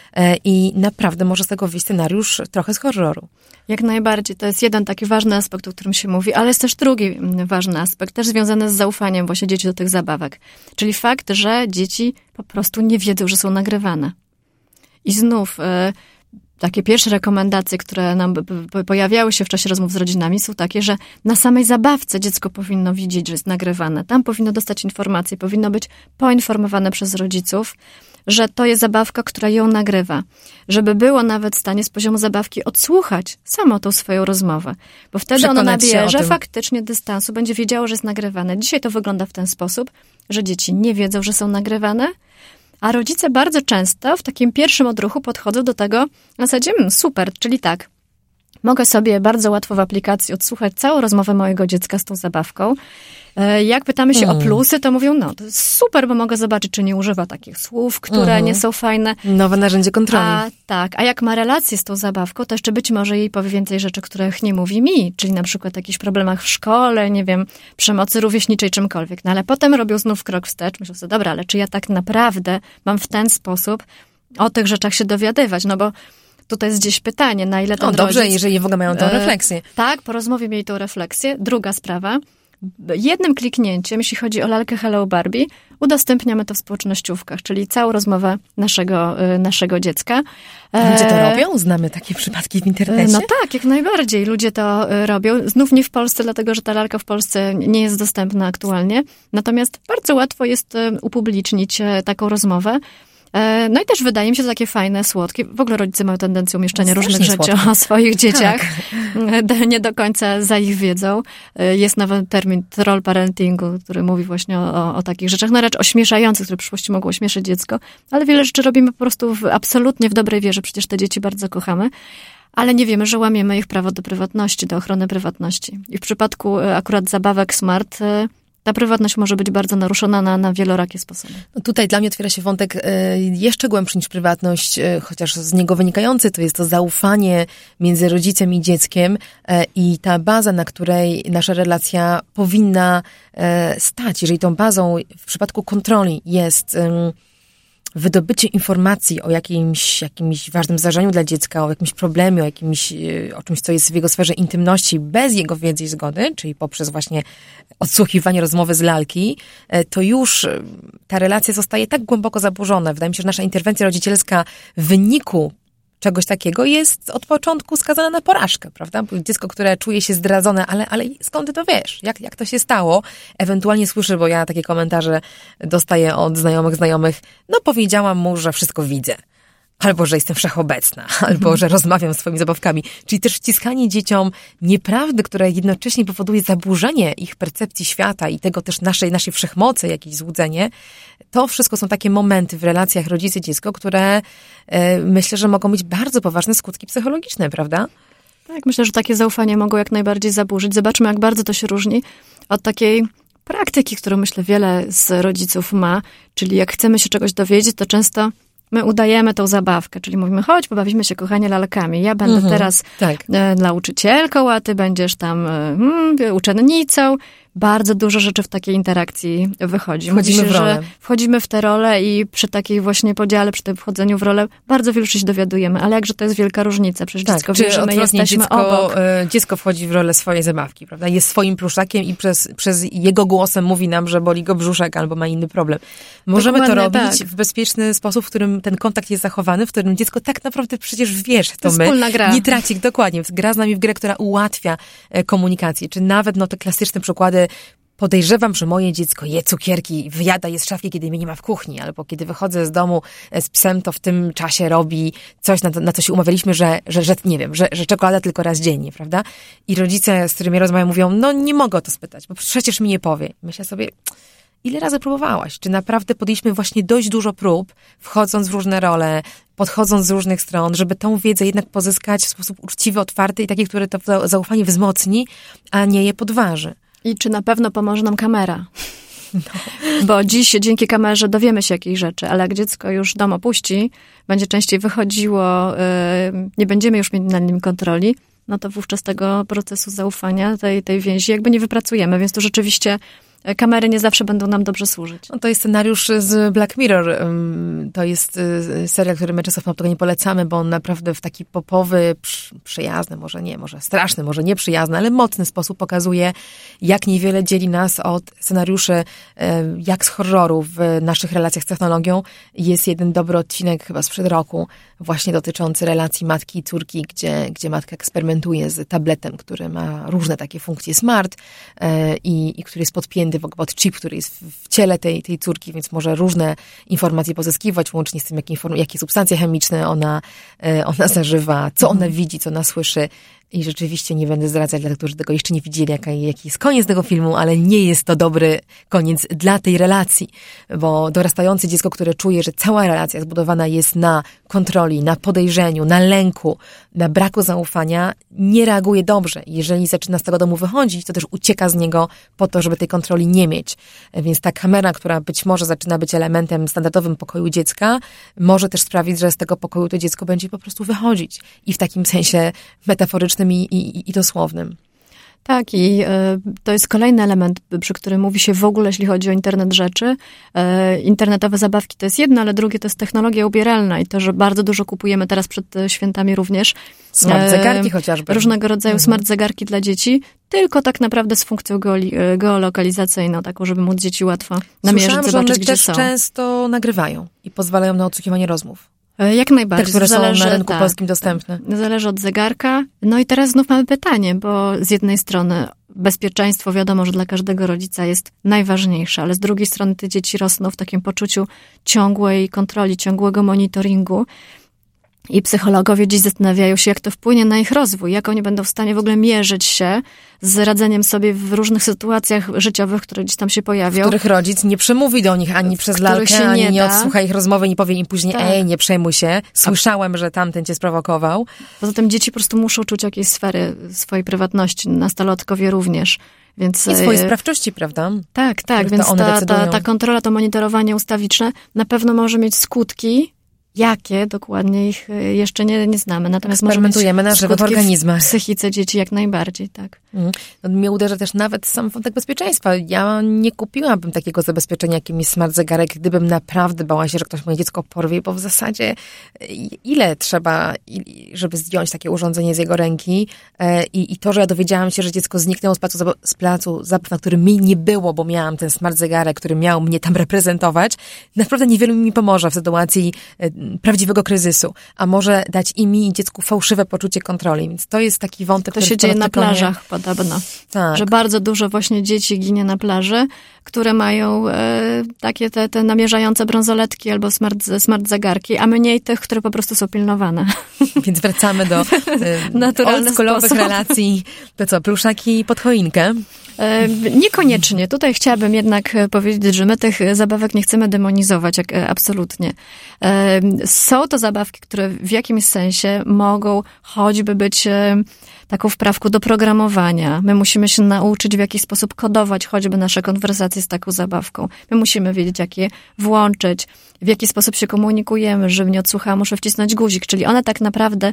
I naprawdę może z tego wyjść scenariusz trochę z horroru. Jak najbardziej. To jest jeden taki ważny aspekt, o którym się mówi, ale jest też drugi ważny aspekt, też związany z zaufaniem właśnie dzieci do tych zabawek. Czyli fakt, że dzieci po prostu nie wiedzą, że są nagrywane. I znów y, takie pierwsze rekomendacje, które nam pojawiały się w czasie rozmów z rodzinami, są takie, że na samej zabawce dziecko powinno widzieć, że jest nagrywane. Tam powinno dostać informacje, powinno być poinformowane przez rodziców, że to jest zabawka, która ją nagrywa. Żeby było nawet w stanie z poziomu zabawki odsłuchać samo tą swoją rozmowę. Bo wtedy ono nabierze faktycznie dystansu, będzie wiedziało, że jest nagrywane. Dzisiaj to wygląda w ten sposób, że dzieci nie wiedzą, że są nagrywane, a rodzice bardzo często w takim pierwszym odruchu podchodzą do tego na zasadzie, mmm, super, czyli tak, mogę sobie bardzo łatwo w aplikacji odsłuchać całą rozmowę mojego dziecka z tą zabawką. Jak pytamy się hmm. o plusy, to mówią, no to jest super, bo mogę zobaczyć, czy nie używa takich słów, które hmm. nie są fajne. Nowe narzędzie kontroli. A, tak, a jak ma relacje z tą zabawką, to jeszcze być może jej powie więcej rzeczy, których nie mówi mi, czyli na przykład o jakichś problemach w szkole, nie wiem, przemocy rówieśniczej, czymkolwiek. No ale potem robią znów krok wstecz, myślą sobie, dobra, ale czy ja tak naprawdę mam w ten sposób o tych rzeczach się dowiadywać, no bo tutaj jest gdzieś pytanie, na ile ten o, dobrze, rodzic, jeżeli w ogóle mają tą refleksję. E, tak, po rozmowie mieli tą refleksję. Druga sprawa, jednym kliknięciem, jeśli chodzi o lalkę Hello Barbie, udostępniamy to w społecznościówkach, czyli całą rozmowę naszego, naszego dziecka. Ludzie to robią? Znamy takie przypadki w internecie? No tak, jak najbardziej. Ludzie to robią. Znów nie w Polsce, dlatego że ta lalka w Polsce nie jest dostępna aktualnie. Natomiast bardzo łatwo jest upublicznić taką rozmowę. No i też wydaje mi się, że takie fajne, słodkie. W ogóle rodzice mają tendencję umieszczania różnych rzeczy słodkie. O swoich dzieciach. Tak. Nie do końca za ich wiedzą. Jest nawet termin troll parentingu, który mówi właśnie o, o takich rzeczach, no raczej ośmieszających, które w przyszłości mogą ośmieszyć dziecko. Ale wiele rzeczy robimy po prostu w, absolutnie w dobrej wierze. Przecież te dzieci bardzo kochamy. Ale nie wiemy, że łamiemy ich prawo do prywatności, do ochrony prywatności. I w przypadku akurat zabawek smart ta prywatność może być bardzo naruszona na, na wielorakie sposoby. No tutaj dla mnie otwiera się wątek y, jeszcze głębszy niż prywatność, y, chociaż z niego wynikający, to jest to zaufanie między rodzicem i dzieckiem y, i ta baza, na której nasza relacja powinna y, stać. Jeżeli tą bazą w przypadku kontroli jest y, wydobycie informacji o jakimś, jakimś ważnym zdarzeniu dla dziecka, o jakimś problemie, o jakimś, o czymś, co jest w jego sferze intymności, bez jego wiedzy i zgody, czyli poprzez właśnie odsłuchiwanie rozmowy z lalki, to już ta relacja zostaje tak głęboko zaburzona. Wydaje mi się, że nasza interwencja rodzicielska w wyniku czegoś takiego jest od początku skazane na porażkę, prawda? Bo dziecko, które czuje się zdradzone, ale, ale skąd ty to wiesz? Jak, jak to się stało? Ewentualnie słyszę, bo ja takie komentarze dostaję od znajomych, znajomych, no powiedziałam mu, że wszystko widzę. Albo, że jestem wszechobecna, albo, że rozmawiam z swoimi zabawkami. Czyli też wciskanie dzieciom nieprawdy, która jednocześnie powoduje zaburzenie ich percepcji świata i tego też naszej, naszej wszechmocy, jakieś złudzenie. To wszystko są takie momenty w relacjach rodzice-dziecko, które e, myślę, że mogą mieć bardzo poważne skutki psychologiczne, prawda? Tak, myślę, że takie zaufanie mogą jak najbardziej zaburzyć. Zobaczmy, jak bardzo to się różni od takiej praktyki, którą myślę wiele z rodziców ma, czyli jak chcemy się czegoś dowiedzieć, to często my udajemy tą zabawkę, czyli mówimy, chodź, pobawimy się, kochanie, lalkami. Ja będę mhm, teraz tak. e, nauczycielką, a ty będziesz tam e, uczennicą. Bardzo dużo rzeczy w takiej interakcji wychodzi. Wchodzimy Mówi się, w rolę. Że wchodzimy w tę rolę i przy takiej właśnie podziale, przy tym wchodzeniu w rolę bardzo wiele się dowiadujemy. Ale jakże to jest wielka różnica. Przecież tak, dziecko wie, że my jesteśmy dziecko, obok. Y, dziecko wchodzi w rolę swojej zabawki, prawda? Jest swoim pluszakiem i przez, przez jego głosem mówi nam, że boli go brzuszek albo ma inny problem. Możemy Dokładnie, to robić tak. w bezpieczny sposób, w którym ten kontakt jest zachowany, w którym dziecko tak naprawdę przecież wie, że to, to my. Wspólna gra. Nie traci, dokładnie. Gra z nami w grę, która ułatwia komunikację. Czy nawet no te klasyczne przykłady. Podejrzewam, że moje dziecko je cukierki, wyjada je z szafki, kiedy mnie nie ma w kuchni, albo kiedy wychodzę z domu z psem, to w tym czasie robi coś, na, to, na co się umawialiśmy, że, że, że nie wiem, że, że czekolada tylko raz dziennie, prawda? I rodzice, z którymi rozmawiam, mówią, no nie mogę o to spytać, bo przecież mi nie powie. Myślę sobie, ile razy próbowałaś? Czy naprawdę podjęliśmy właśnie dość dużo prób, wchodząc w różne role, podchodząc z różnych stron, żeby tą wiedzę jednak pozyskać w sposób uczciwy, otwarty i taki, który to zaufanie wzmocni, a nie je podważy. I czy na pewno pomoże nam kamera? No. Bo dziś dzięki kamerze dowiemy się jakichś rzeczy, ale jak dziecko już dom opuści, będzie częściej wychodziło, yy, nie będziemy już mieć nad nim kontroli, no to wówczas tego procesu zaufania, tej, tej więzi jakby nie wypracujemy, więc tu rzeczywiście kamery nie zawsze będą nam dobrze służyć. No to jest scenariusz z Black Mirror. To jest serial, który my często w Panoptykonie polecamy, bo on naprawdę w taki popowy, przyjazny, może nie, może straszny, może nieprzyjazny, ale mocny sposób pokazuje, jak niewiele dzieli nas od scenariuszy, jak z horroru w naszych relacjach z technologią. Jest jeden dobry odcinek chyba sprzed roku, właśnie dotyczący relacji matki i córki, gdzie, gdzie matka eksperymentuje z tabletem, który ma różne takie funkcje smart i, i który jest podpięty w ogóle od chip, który jest w ciele tej, tej córki, więc może różne informacje pozyskiwać, łącznie z tym, jakie, jakie substancje chemiczne ona, ona zażywa, co ona widzi, co ona słyszy. I rzeczywiście nie będę zdradzać dla tych, którzy tego jeszcze nie widzieli, jaki, jaki jest koniec tego filmu, ale nie jest to dobry koniec dla tej relacji, bo dorastające dziecko, które czuje, że cała relacja zbudowana jest na kontroli, na podejrzeniu, na lęku, na braku zaufania, nie reaguje dobrze. Jeżeli zaczyna z tego domu wychodzić, to też ucieka z niego po to, żeby tej kontroli nie mieć. Więc ta kamera, która być może zaczyna być elementem standardowym pokoju dziecka, może też sprawić, że z tego pokoju to dziecko będzie po prostu wychodzić. I w takim sensie metaforycznym I, i, i dosłownym. Tak, i y, to jest kolejny element, przy którym mówi się w ogóle, jeśli chodzi o internet rzeczy. Y, internetowe zabawki to jest jedno, ale drugie to jest technologia ubieralna i to, że bardzo dużo kupujemy teraz przed świętami również. Smart zegarki y, chociażby. Różnego rodzaju mhm. smart zegarki dla dzieci, tylko tak naprawdę z funkcją geoli- geolokalizacyjną, taką, żeby móc dzieci łatwo namierzyć, Słyszałam, zobaczyć, że one gdzie też są. często nagrywają i pozwalają na odsłuchiwanie rozmów. Jak najbardziej. Te, które zależy, są na rynku tak, polskim dostępne. Zależy od zegarka. No i teraz znów mamy pytanie, bo z jednej strony bezpieczeństwo wiadomo, że dla każdego rodzica jest najważniejsze, ale z drugiej strony te dzieci rosną w takim poczuciu ciągłej kontroli, ciągłego monitoringu. I psychologowie dziś zastanawiają się, jak to wpłynie na ich rozwój, jak oni będą w stanie w ogóle mierzyć się z radzeniem sobie w różnych sytuacjach życiowych, które gdzieś tam się pojawią. W których rodzic nie przemówi do nich ani przez lalkę, ani nie, nie odsłucha ich rozmowy, nie powie im później, tak. ej, nie przejmuj się, słyszałem, że tamten cię sprowokował. Poza tym dzieci po prostu muszą czuć jakieś sfery swojej prywatności, nastolatkowie również. Więc, i swojej sprawczości, prawda? Tak, tak, więc ta, ta, ta kontrola, to monitorowanie ustawiczne na pewno może mieć skutki Jakie dokładnie ich jeszcze nie, nie znamy. Natomiast eksperymentujemy na żywo w organizmach. W psychice dzieci jak najbardziej, tak. Mm. No, mnie uderza też nawet sam wątek bezpieczeństwa. Ja nie kupiłabym takiego zabezpieczenia, jakim jest smart zegarek, gdybym naprawdę bała się, że ktoś moje dziecko porwie, bo w zasadzie ile trzeba, żeby zdjąć takie urządzenie z jego ręki i, i to, że ja dowiedziałam się, że dziecko zniknęło z placu, z placu zabaw, na którym mi nie było, bo miałam ten smart zegarek, który miał mnie tam reprezentować, naprawdę niewiele mi pomoże w sytuacji prawdziwego kryzysu, a może dać i mi i dziecku fałszywe poczucie kontroli, więc to jest taki wątek, to się dzieje na plażach podobno, tak. Że bardzo dużo właśnie dzieci ginie na plaży, które mają e, takie te, te namierzające brązoletki albo smart, smart zegarki, a mniej tych, które po prostu są pilnowane. Więc wracamy do e, oldschoolowych relacji, to co, pluszaki pod choinkę? E, niekoniecznie. Tutaj chciałabym jednak powiedzieć, że my tych zabawek nie chcemy demonizować, jak, absolutnie. E, są to zabawki, które w jakimś sensie mogą choćby być e, taką wprawką do programowania. My musimy się nauczyć, w jaki sposób kodować choćby nasze konwersacje z taką zabawką. My musimy wiedzieć, jak je włączyć, w jaki sposób się komunikujemy, żebym nie odsłuchała, muszę wcisnąć guzik. Czyli one tak naprawdę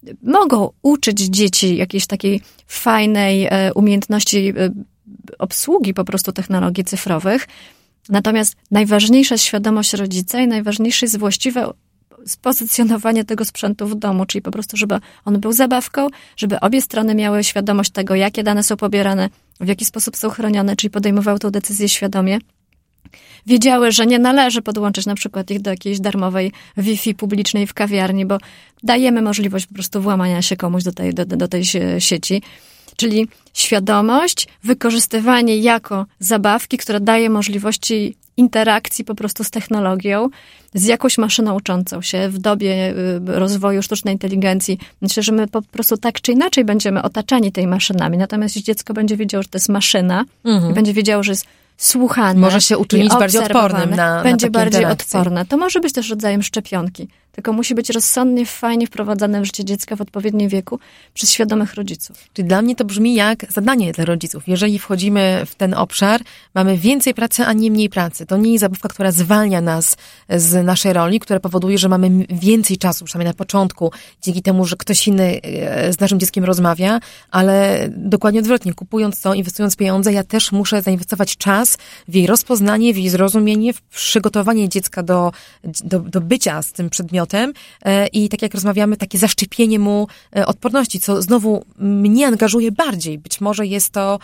mogą uczyć dzieci jakiejś takiej fajnej e, umiejętności e, obsługi po prostu technologii cyfrowych. Natomiast najważniejsza jest świadomość rodzica i najważniejsze jest właściwe spozycjonowanie tego sprzętu w domu, czyli po prostu, żeby on był zabawką, żeby obie strony miały świadomość tego, jakie dane są pobierane, w jaki sposób są chronione, czyli podejmowały tę decyzję świadomie. Wiedziały, że nie należy podłączyć na przykład ich do jakiejś darmowej Wi-Fi publicznej w kawiarni, bo dajemy możliwość po prostu włamania się komuś do tej, do, do tej sieci. Czyli świadomość, wykorzystywanie jako zabawki, która daje możliwości interakcji po prostu z technologią, z jakąś maszyną uczącą się w dobie rozwoju sztucznej inteligencji. Myślę, że my po prostu tak czy inaczej będziemy otaczani tymi maszynami. Natomiast jeśli dziecko będzie wiedziało, że to jest maszyna mhm. i będzie wiedziało, że jest słuchane, może się uczynić bardziej odpornym na będzie na bardziej interakcje. odporne. To może być też rodzajem szczepionki. Tylko musi być rozsądnie, fajnie wprowadzane w życie dziecka w odpowiednim wieku przez świadomych rodziców. Czyli dla mnie to brzmi jak zadanie dla rodziców. Jeżeli wchodzimy w ten obszar, mamy więcej pracy, a nie mniej pracy. To nie jest zabawka, która zwalnia nas z naszej roli, która powoduje, że mamy więcej czasu, przynajmniej na początku, dzięki temu, że ktoś inny z naszym dzieckiem rozmawia, ale dokładnie odwrotnie. Kupując to, inwestując pieniądze, ja też muszę zainwestować czas w jej rozpoznanie, w jej zrozumienie, w przygotowanie dziecka do, do, do bycia z tym przedmiotem. I tak jak rozmawiamy, takie zaszczepienie mu odporności, co znowu mnie angażuje bardziej. Być może jest to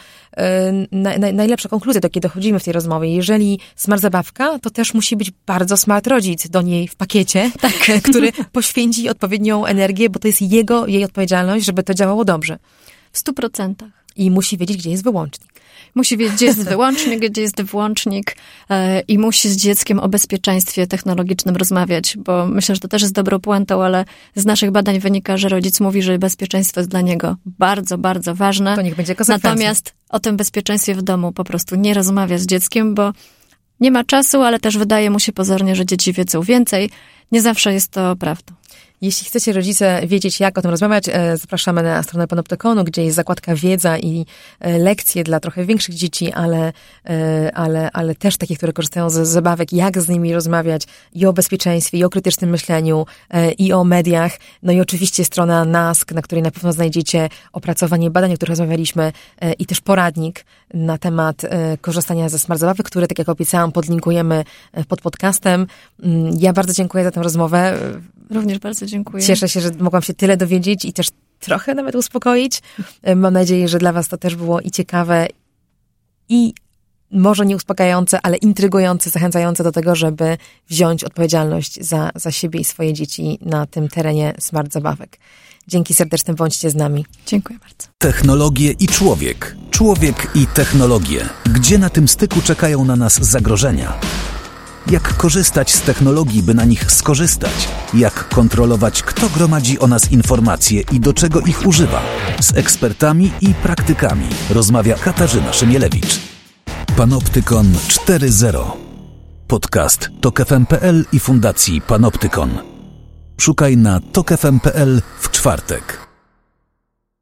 na, na, najlepsza konkluzja, do jakiej dochodzimy w tej rozmowie. Jeżeli smart zabawka, to też musi być bardzo smart rodzic do niej w pakiecie, tak. który poświęci odpowiednią energię, bo to jest jego, jej odpowiedzialność, żeby to działało dobrze. W stu procentach. I musi wiedzieć, gdzie jest wyłącznik. Musi wiedzieć, gdzie jest wyłącznik, gdzie jest włącznik e, i musi z dzieckiem o bezpieczeństwie technologicznym rozmawiać, bo myślę, że to też jest dobrą puentą, ale z naszych badań wynika, że rodzic mówi, że bezpieczeństwo jest dla niego bardzo, bardzo ważne. To niech będzie konsekwencja. Natomiast o tym bezpieczeństwie w domu po prostu nie rozmawia z dzieckiem, bo nie ma czasu, ale też wydaje mu się pozornie, że dzieci wiedzą więcej. Nie zawsze jest to prawdą. Jeśli chcecie rodzice wiedzieć, jak o tym rozmawiać, zapraszamy na stronę Panoptykonu, gdzie jest zakładka wiedza i lekcje dla trochę większych dzieci, ale, ale, ale też takich, które korzystają z zabawek, jak z nimi rozmawiać i o bezpieczeństwie, i o krytycznym myśleniu, i o mediach. No i oczywiście strona N A S K, na której na pewno znajdziecie opracowanie badań, o których rozmawialiśmy, i też poradnik na temat korzystania ze smart zabawek, które, tak jak obiecałam, podlinkujemy pod podcastem. Ja bardzo dziękuję za tę rozmowę. Również bardzo dziękuję. Cieszę się, że mogłam się tyle dowiedzieć i też trochę nawet uspokoić. Mam nadzieję, że dla was to też było i ciekawe, i może nie uspokajające, ale intrygujące, zachęcające do tego, żeby wziąć odpowiedzialność za, za siebie i swoje dzieci na tym terenie smart zabawek. Dzięki serdeczne, bądźcie z nami. Dziękuję bardzo. Technologie i człowiek. Człowiek i technologie. Gdzie na tym styku czekają na nas zagrożenia? Jak korzystać z technologii, by na nich skorzystać? Jak kontrolować, kto gromadzi o nas informacje i do czego ich używa? Z ekspertami i praktykami rozmawia Katarzyna Szymielewicz. Panoptykon cztery zero. Podcast tok f m kropka p l i Fundacji Panoptykon. Szukaj na tok f m kropka p l w czwartek.